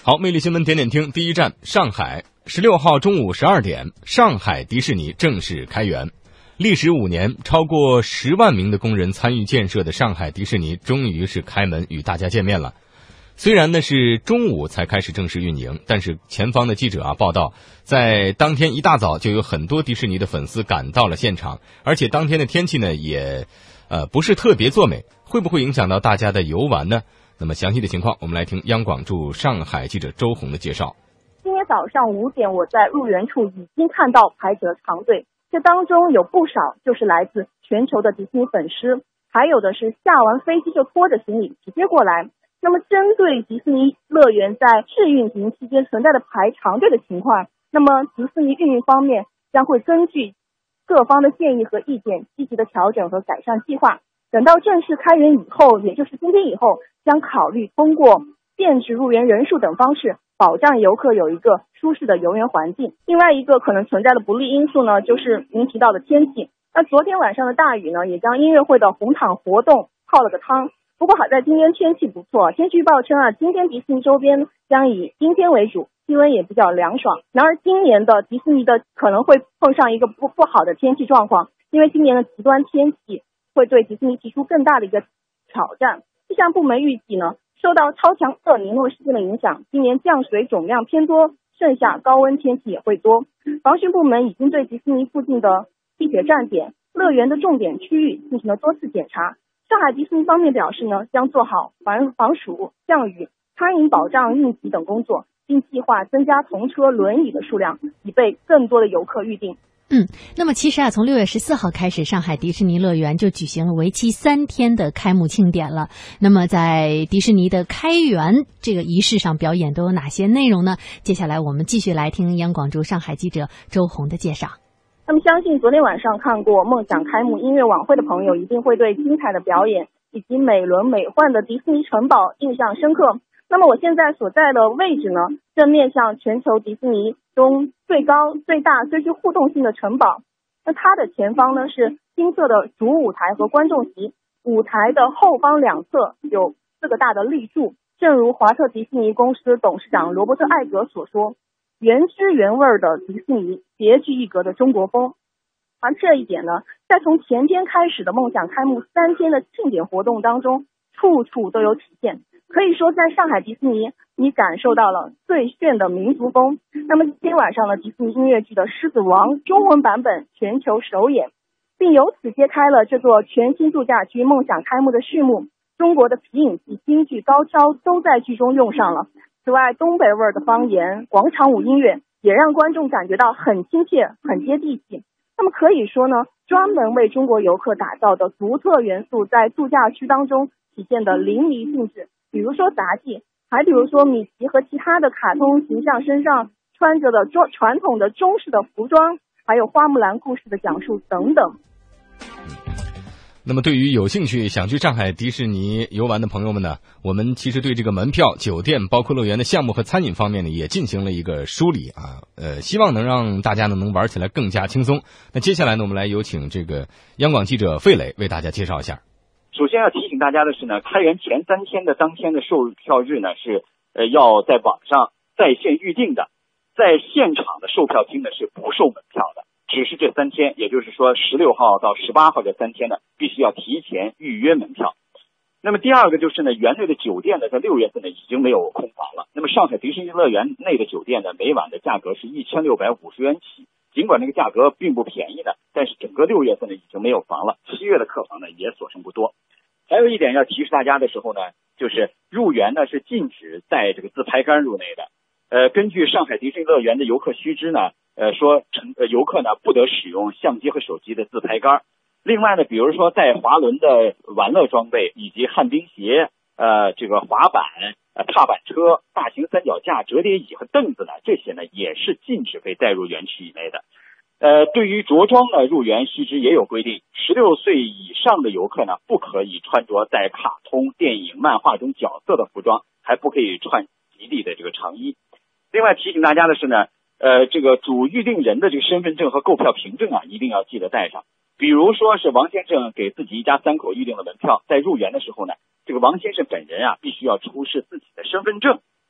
好，魅力新闻点点听，第一站上海，16号中午12点，上海迪士尼正式开园。历时5年，超过10万名的工人参与建设的上海迪士尼终于是开门与大家见面了。虽然呢是中午才开始正式运营，但是前方的记者报道，在当天一大早就有很多迪士尼的粉丝赶到了现场，而且当天的天气呢也不是特别作美，会不会影响到大家的游玩呢？那么详细的情况，我们来听央广驻上海记者周红的介绍。 今天早上5点，我在入园处已经看到排起了长队，这当中有不少就是来自全球的迪士尼粉丝，还有的是下完飞机就拖着行李直接过来。那么针对迪士尼乐园在试运行期间存在的排长队的情况，那么迪士尼运营方面将会根据各方的建议和意见，积极的调整和改善计划。等到正式开园以后，也就是今天以后，将考虑通过限制入园人数等方式，保障游客有一个舒适的游园环境。另外一个可能存在的不利因素呢，就是您提到的天气。那昨天晚上的大雨呢，也将音乐会的红毯活动泡了个汤。不过好在今天天气不错，天气预报称今天迪士尼周边将以阴天为主，气温也比较凉爽。然而今年的迪士尼的可能会碰上一个不好的天气状况，因为今年的极端天气会对迪士尼提出更大的一个挑战。气象部门预计呢，受到超强厄尼诺事件的影响，今年降水总量偏多，剩下高温天气也会多。防汛部门已经对迪士尼附近的地铁站点、乐园的重点区域进行了多次检查。上海迪士尼方面表示呢，将做好防暑、降雨、餐饮保障应急等工作，并计划增加童车、轮椅的数量，以备更多的游客预订。 那么其实从6月14号开始，上海迪士尼乐园就举行了为期3天的开幕庆典了。那么在迪士尼的开园这个仪式上，表演都有哪些内容呢？接下来我们继续来听央广驻上海记者周红的介绍。 那么相信昨天晚上看过梦想开幕音乐晚会的朋友，一定会对精彩的表演以及美轮美奂的迪士尼城堡印象深刻。那么我现在所在的位置呢，正面向全球迪士尼中最高、最大、最具互动性的城堡。那它的前方呢是金色的主舞台和观众席，舞台的后方两侧有4个大的立柱。正如华特迪士尼公司董事长罗伯特·艾格所说，原汁原味的迪士尼，别具一格的中国风。而这一点呢，在从前天开始的梦想开幕3天的庆典活动当中，处处都有体现。可以说在上海迪士尼，你感受到了最炫的民族风。那么今天晚上的迪士尼音乐剧的《狮子王》中文版本全球首演，并由此揭开了这座全新度假区梦想开幕的序幕。中国的皮影戏、京剧、高跷都在剧中用上了。此外，东北味的方言、广场舞音乐也让观众感觉到很亲切、很接地气。那么可以说呢，专门为中国游客打造的独特元素在度假区当中体现的淋漓尽致。比如说杂技，还比如说米奇和其他的卡通形象身上穿着的传统的中式的服装，还有花木兰故事的讲述等等。 那么对于有兴趣想去上海迪士尼游玩的朋友们呢，我们其实对这个门票、酒店包括乐园的项目和餐饮方面呢也进行了一个梳理希望能让大家呢能玩起来更加轻松。那接下来呢，我们来有请这个央广记者费磊为大家介绍一下。 首先要提醒大家的是呢，开园前3天的当天的售票日呢是要在网上在线预订的，在现场的售票厅呢是不售门票的，只是这3天，也就是说16号到18号这3天呢，必须要提前预约门票。那么第二个就是呢，园内的酒店呢，在6月份呢已经没有空房了。那么上海迪士尼乐园内的酒店呢，每晚的价格是1650元起，尽管这个价格并不便宜的，但是整个6月份呢已经没有房了，7月的客房呢也所剩不多。还有一点要提示大家的时候呢，就是入园呢是禁止带这个自拍杆入内的。根据上海迪士尼乐园的游客须知呢，说游客呢不得使用相机和手机的自拍杆。另外呢，比如说带滑轮的玩乐装备以及旱冰鞋、这个滑板、踏板车、大型三脚架、折叠椅和凳子呢，这些呢也是禁止被带入园区以内的。对于着装呢，入园须知也有规定，16岁以上的游客呢，不可以穿着在卡通、电影、漫画中角色的服装，还不可以穿吉利的这个长衣。另外提醒大家的是呢，这个主预定人的这个身份证和购票凭证一定要记得带上。比如说是王先生给自己一家3口预定了门票，在入园的时候呢，这个王先生本人必须要出示自己的身份证，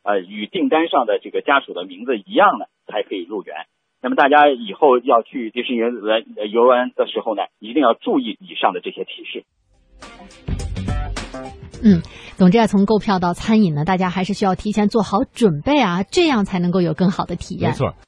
与订单上的这个家属的名字一样呢，才可以入园。那么大家以后要去迪士尼游玩的时候呢，一定要注意以上的这些提示。 总之从购票到餐饮呢，大家还是需要提前做好准备啊，这样才能够有更好的体验。 没错。